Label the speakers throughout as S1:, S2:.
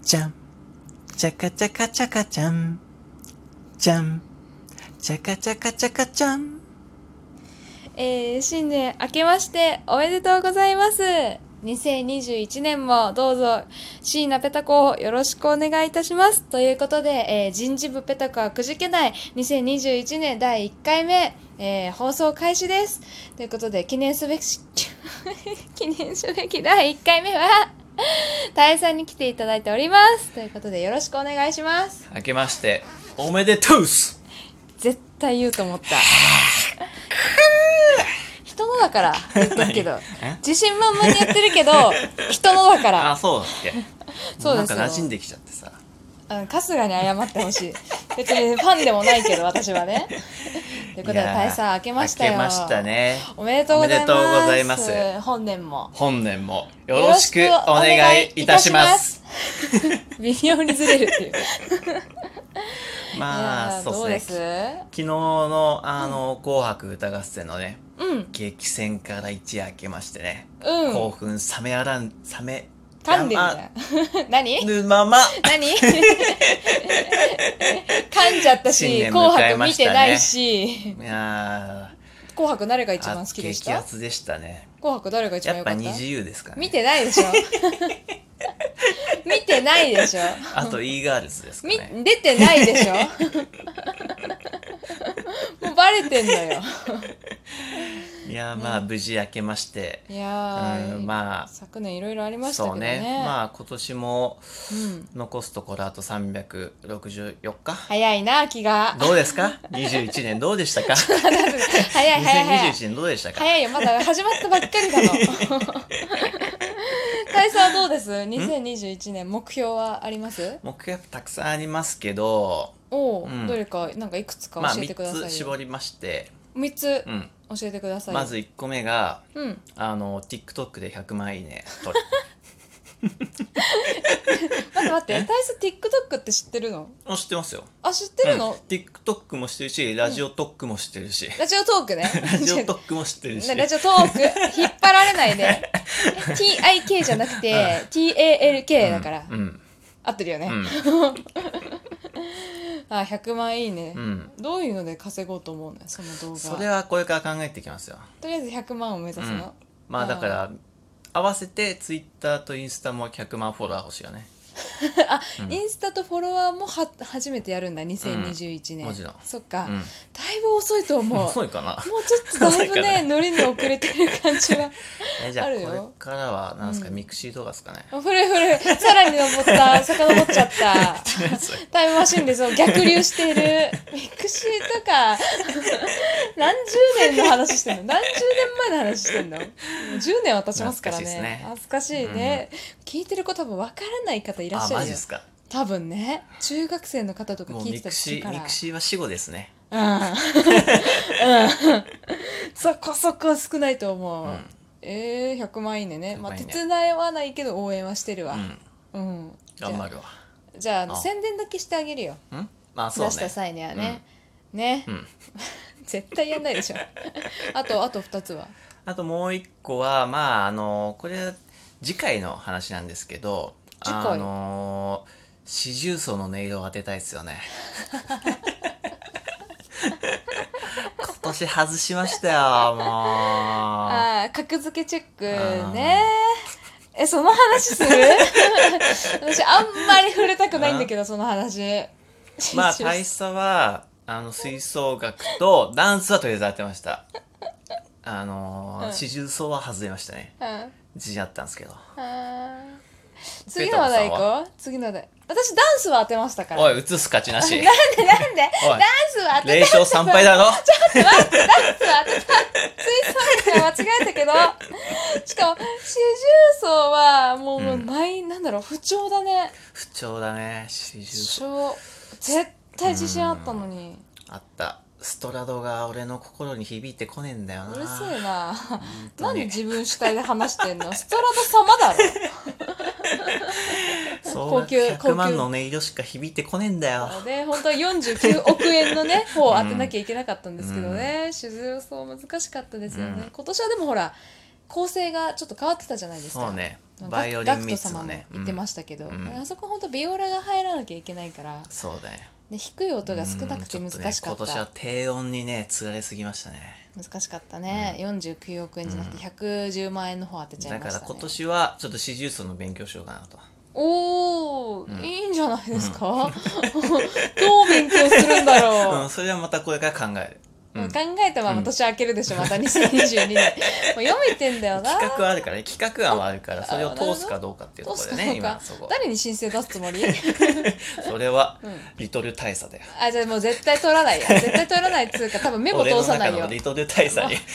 S1: じゃん。チャカチャカチャカちゃん。じゃん。チャカチャカチャカちゃん。
S2: 新年明けましておめでとうございます。2021年もどうぞ椎名ペタ子をよろしくお願いいたします。ということで、人事部ペタ子はくじけない2021年第1回目、放送開始です。ということで記念すべき第1回目は大佐さんに来ていただいております。ということでよろしくお願いします。
S1: 明けましておめでとうす。
S2: 絶対言うと思った。人のだから言っとくけど自信満々にやってるけど人のだから
S1: あ、そうだっけ。
S2: そうですよ。
S1: なんか馴染んできちゃってさ、
S2: 春日に謝ってほしい。別にファンでもないけど私はね。ということで大佐明けましたよ。
S1: 明けましたね。
S2: おめでとうございます。
S1: おめでとうございます。
S2: 本年も
S1: よろしくお願いいたします。
S2: 微妙にずれるっていう
S1: まあそうですね。昨日の紅白歌合戦のね、激戦から一夜明けましてね、興奮冷めやらん冷め
S2: 噛んでんだよ何
S1: ぬまま
S2: 何噛んじゃったし、紅白見てないし。いや紅白誰が一番好きでした？
S1: 激アツでしたね。
S2: 紅白誰が一番良かった？
S1: やっぱ二自由ですかね。
S2: 見てないでしょ見てないでしょ。
S1: あと E ガールズですかね。
S2: 出てないでしょもうバレてんのよ
S1: いやまあ無事明けまして、
S2: いや
S1: まあ
S2: 昨年いろいろありましたけどね。
S1: そうね。まあ今年も残すところあと364日。
S2: 早いな気が。
S1: どうですか？21年どうでしたか？
S2: 早い
S1: 2021年どうでしたか？
S2: 早いよ、まだ始まったばっかりだの大佐はどうです？ 2021 年目標はあります？
S1: 目標たくさんありますけど、
S2: どれかなんかいくつか教えてくださいよ。
S1: 3つ絞りまして、
S2: 3つ教えてくださいよ。
S1: まず1個目が、TikTok で100万いいね取る
S2: 待って、大佐 TikTok って知ってるの？
S1: 知ってますよ。
S2: 知ってるの？
S1: TikTok も知ってるし、ラジオトークも知ってるし。
S2: ラジオトークね。
S1: ラジオトークも知ってるし。
S2: ラジオトーク引っ張られないで。TIK じゃなくて TALK だから。合ってるよね。100万いいね。どういうので稼ごうと思うのよ、その動画。
S1: それはこれから考えていきますよ。
S2: とりあえず100万を目指すの。
S1: まあだから合わせて Twitter とインスタも100万フォロワー欲しいよね。
S2: インスタとフォロワーも初めてやるんだ2021年。
S1: もちろん。
S2: そっか、だいぶ遅いと思う。
S1: 遅いかな。
S2: もうちょっとだいぶねノリに遅れてる感じは
S1: じゃあ
S2: あるよ。
S1: これからはなんですか、ミクシーとかですかね。
S2: 古いさらに遡っちゃったタイムマシンでそう逆流しているミクシーとか何十年の話してんの？何十年前の話してんの？もう10年は経ちますからね。懐かしいね。聞いてる子多分分からない方いらっしゃるよ。
S1: マジですか？
S2: 多分ね、中学生の方とか聞いてた時から。
S1: ミクシーは死語ですね。
S2: そこそこ少ないと思う。100万いいねね。まあ手伝わないけど応援はしてるわ。
S1: 頑張るわ。
S2: じゃあ宣伝だけしてあげるよ。
S1: まあそうね。
S2: 出した際にはね。絶対やんないでしょ。あと2つは。
S1: あともう1個はまあこれは次回の話なんですけど、四重奏の音色を当てたいですよね。今年外しましたよ、もう。
S2: 格付けチェックね。その話する？私あんまり触れたくないんだけど、その話。
S1: まあ大佐は吹奏楽とダンスはとりあえず当てました。四重奏は外れましたね。自信あったんですけど。
S2: 次の話題行こう。次の話題。私ダンスは当てましたから。
S1: おい、映す勝ちなし。
S2: なんでダンスは当てた。
S1: 0勝3敗だろ。
S2: ちょっと待って、ダンスは当てた。吹奏楽は間違えたけど、しかも四重奏はもうなんだろう、不調だね。
S1: 不調だね、四重
S2: 奏。絶対自信あったのに。
S1: あった。ストラドが俺の心に響いてこねえんだよな。
S2: うるせえな。なんで自分主体で話してんの？ストラド様だろ。
S1: 高級100万の音色しか響いてこねえんだよ。
S2: で本当は49億円のね方を当てなきゃいけなかったんですけどね。四重奏難しかったですよね。今年はでもほら構成がちょっと変わってたじゃないですか。
S1: そうね、バイオリン3つのね、
S2: 言ってましたけど、
S1: うん、
S2: あそこほんとビオラが入らなきゃいけないから、
S1: そうだよ。
S2: で低い音が少なくて難しかった、
S1: 今年は低音にねつられすぎましたね。
S2: 難しかったね、49億円じゃなくて110万円の方当てちゃいましたね。
S1: だから今年はちょっと四重奏の勉強しようかなと。
S2: おー、いいんじゃないですか、どう勉強するんだろう、
S1: それはまたこれから考える。
S2: 考えたまま年明けるでしょ、また2022年もう読めてんだよな。
S1: 企画はあるからね、企画案はあるから、それを通すかどうかっていうところでね、今そこ。
S2: 誰に申請出すつもり
S1: それは、リトル大佐だよ。
S2: じゃあもう絶対取らないや、絶対取らないっつうか、多分目も通さないよ。
S1: 俺の中のリトル大佐に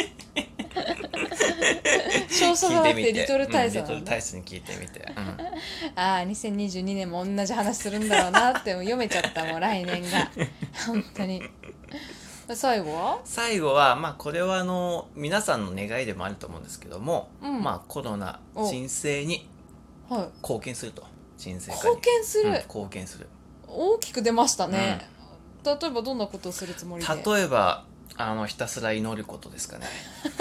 S2: 少々だってリトル大佐、
S1: リトル大佐に聞いてみて、
S2: 2022年も同じ話するんだろうなって読めちゃった、もう来年が本当に。最後
S1: はまあこれは皆さんの願いでもあると思うんですけども、まあコロナ鎮静に貢献すると、鎮静化に貢献する、
S2: 大きく出ましたね、例えばどんなことをするつもりで。
S1: 例えばひたすら祈ることですかね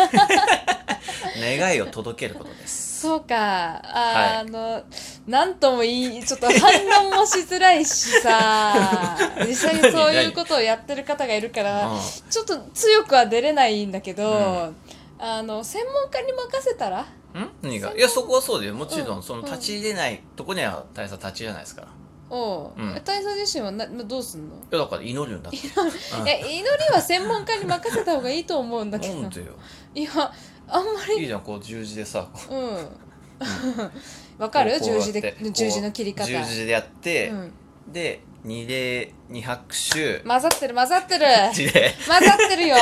S1: 願いを届けることです。
S2: そうか、なんともちょっと反論もしづらいしさ実際にそういうことをやってる方がいるからちょっと強くは出れないんだけど、専門家に任せたら。
S1: 何が？いや、そこはそうだよ、もちろんその立ち入れないとこには大佐立ち入れないですから。
S2: 大佐自身はどうすんの？
S1: いやだから祈るんだって。
S2: いや、祈りは専門家に任せた方がいいと思うんだけど。
S1: なんでよ。
S2: いや、あんまり
S1: いいじゃん、こう十字でさ、
S2: わかる？十字の切り方。
S1: 十字でやって、で二礼二拍手。
S2: 混ざってる混ざってる
S1: 一礼
S2: 混ざってるよ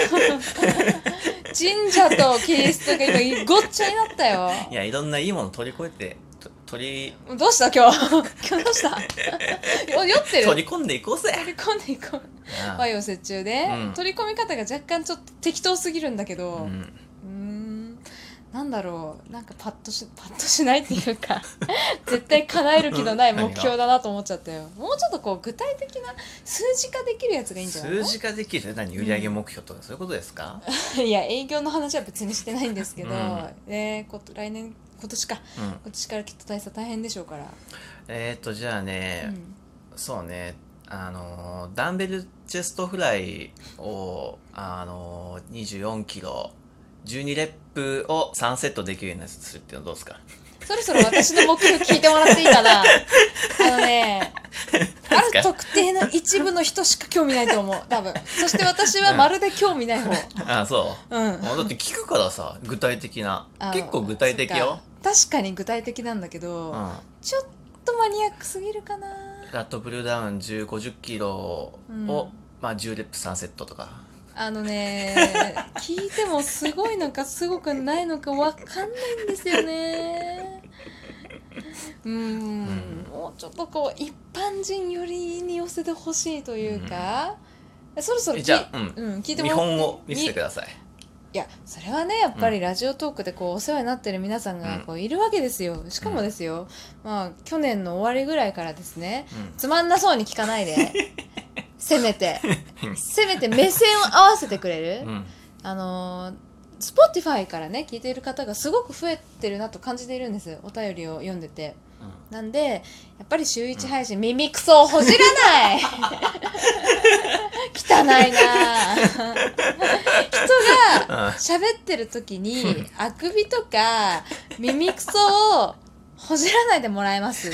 S2: 神社とキリストが今ごっちゃになったよ。
S1: いや、いろんないいもの取り越えて
S2: どうした今日どうした酔ってる？
S1: 取り込んでいこうぜ。
S2: 取り込んでいこう。和洋折衷で、取り込み方が若干ちょっと適当すぎるんだけど、なんだろう、なんかパッとしないっていうか絶対叶える気のない目標だなと思っちゃったよ。もうちょっとこう具体的な数字化できるやつがいいんじゃないの？
S1: 数字化できる？何、売上目標とかそういうことですか？
S2: いや、営業の話は別にしてないんですけど、来年今年からきっと大佐大変でしょうから。
S1: じゃあね、そうね、ダンベルチェストフライを24キロ12レップを3セットできるようにするっていうのはどうですか？
S2: そろそろ私の目標聞いてもらっていいかなある特定の一部の人しか興味ないと思う、多分。そして私はまるで興味ない方。
S1: そう。だって聞くからさ、具体的な。結構具体的よ。
S2: 確かに具体的なんだけど、ちょっとマニアックすぎるかな。
S1: ラットプルダウン50キロを、10レップ3セットとか。
S2: 聞いてもすごいのかすごくないのか分かんないんですよね。もうちょっとこう一般人寄りに寄せてほしいというか、そろそろ
S1: じゃあ、
S2: 聞いてもらって。
S1: 見本を見せてください。
S2: いや、それはね、やっぱりラジオトークでこうお世話になってる皆さんがこういるわけですよ。しかもですよ、去年の終わりぐらいからですね、つまんなそうに聞かないでせめて目線を合わせてくれる、Spotify からね聞いている方がすごく増えてるなと感じているんです、お便りを読んでて。なんでやっぱり週1配信、耳くそをほじらない汚いな人が喋ってる時にあくびとか耳くそをほじらないでもらえます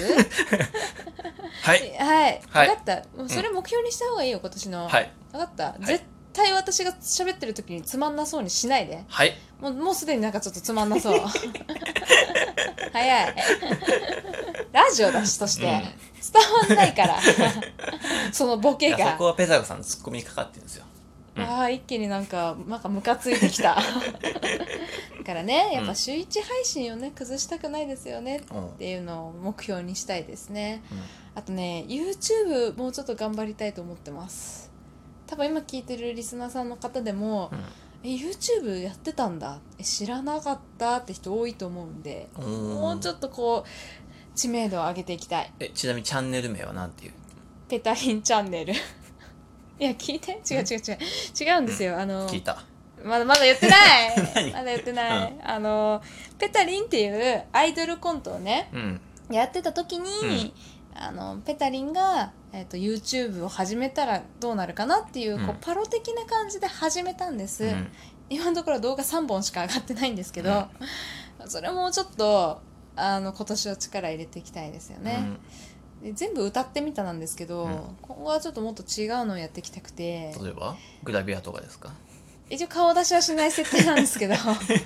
S2: はい分かった、もうそれ目標にした方がいいよ今年の。分かった、絶対私が喋ってる時につまんなそうにしないで。もうすでになんかちょっとつまんなそう早いラジオだしとして、伝わんないからそのボケが。
S1: そこはペザゴさんのツッコミにかかってるんですよ。
S2: 一気になんかムカついてきただからね、やっぱ週1配信をね崩したくないですよねっていうのを目標にしたいですね。あとね、 YouTube もうちょっと頑張りたいと思ってます。多分今聞いてるリスナーさんの方でも、YouTube やってたんだ、知らなかったって人多いと思うんで、もうちょっとこう知名度を上げていきたい。
S1: ちなみにチャンネル名はなんていう？
S2: ペタリンチャンネルいや聞いて、違うんですよ。
S1: 聞いた。
S2: まだ言ってない
S1: 何
S2: まだ言ってない、ペタリンっていうアイドルコントをね、やってた時に、ペタリンが、YouTube を始めたらどうなるかなっていう、こうパロ的な感じで始めたんです、今のところ動画3本しか上がってないんですけど、それもちょっと今年は力入れていきたいですよね、で全部歌ってみたなんですけど、今後はちょっともっと違うのをやっていきたくて。
S1: 例えばグラビアとかですか？
S2: 一応顔出しはしない設定なんですけど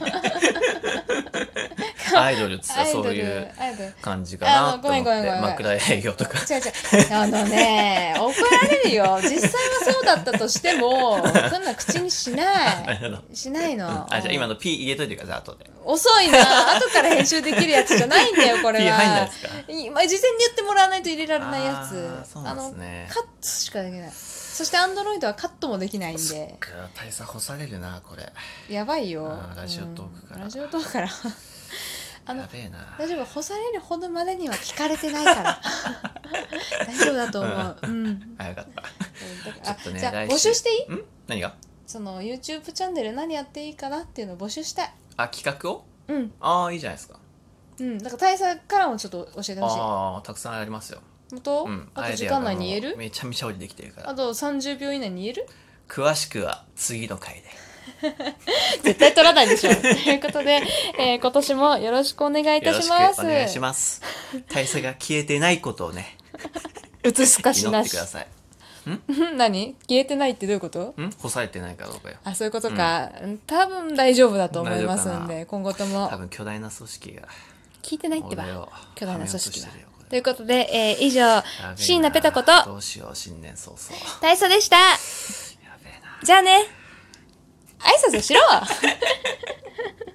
S1: アイドルってさ、そういう感じかなと思って。
S2: ごめん
S1: 枕営業とか。
S2: 違う怒られるよ。実際はそうだったとしてもそんな口にしないの。
S1: じゃあ今の P 入れといてください、後で。
S2: 遅いな。後から編集できるやつじゃないんだよこれは。
S1: P 入んないですか？
S2: 事前に言ってもらわないと入れられないやつ。
S1: そうなんですね。
S2: カットしかできない。そして Android はカットもできないんで。
S1: 大差干されるなこれ。
S2: やばいよ。
S1: ラジオトークから。
S2: ラジオトークから
S1: やべえな。
S2: 大丈夫、干されるほどまでには聞かれてないから大丈夫だと思う。よか
S1: った。ちょっとね、
S2: じゃあ募集していい？
S1: 何が？
S2: その YouTube チャンネル何やっていいかなっていうのを募集したい。
S1: 企画を？いいじゃないですか。
S2: だから大佐からもちょっと教えてほしい。
S1: たくさんありますよ。
S2: 本当？あと時間内に言える？
S1: めちゃめちゃできてるから。
S2: あと30秒以内に言える？
S1: 詳しくは次の回で
S2: 絶対取らないでしょということで、今年もよろしくお願いいたします。よろしく
S1: お願いします。大佐が消えてないことをね
S2: 映すかしなし。
S1: 祈ってください。
S2: 何？消えてないってどういうこと？
S1: 干されてないかどうかよ。
S2: そういうことか、多分大丈夫だと思いますんで、今後とも
S1: 多分巨大な組織が
S2: 聞いてないってば、巨大な組織はということで、以上椎名ペタこと
S1: どうしよう新年早々
S2: 大佐でした。
S1: やべえな。
S2: じゃあね、挨拶しろ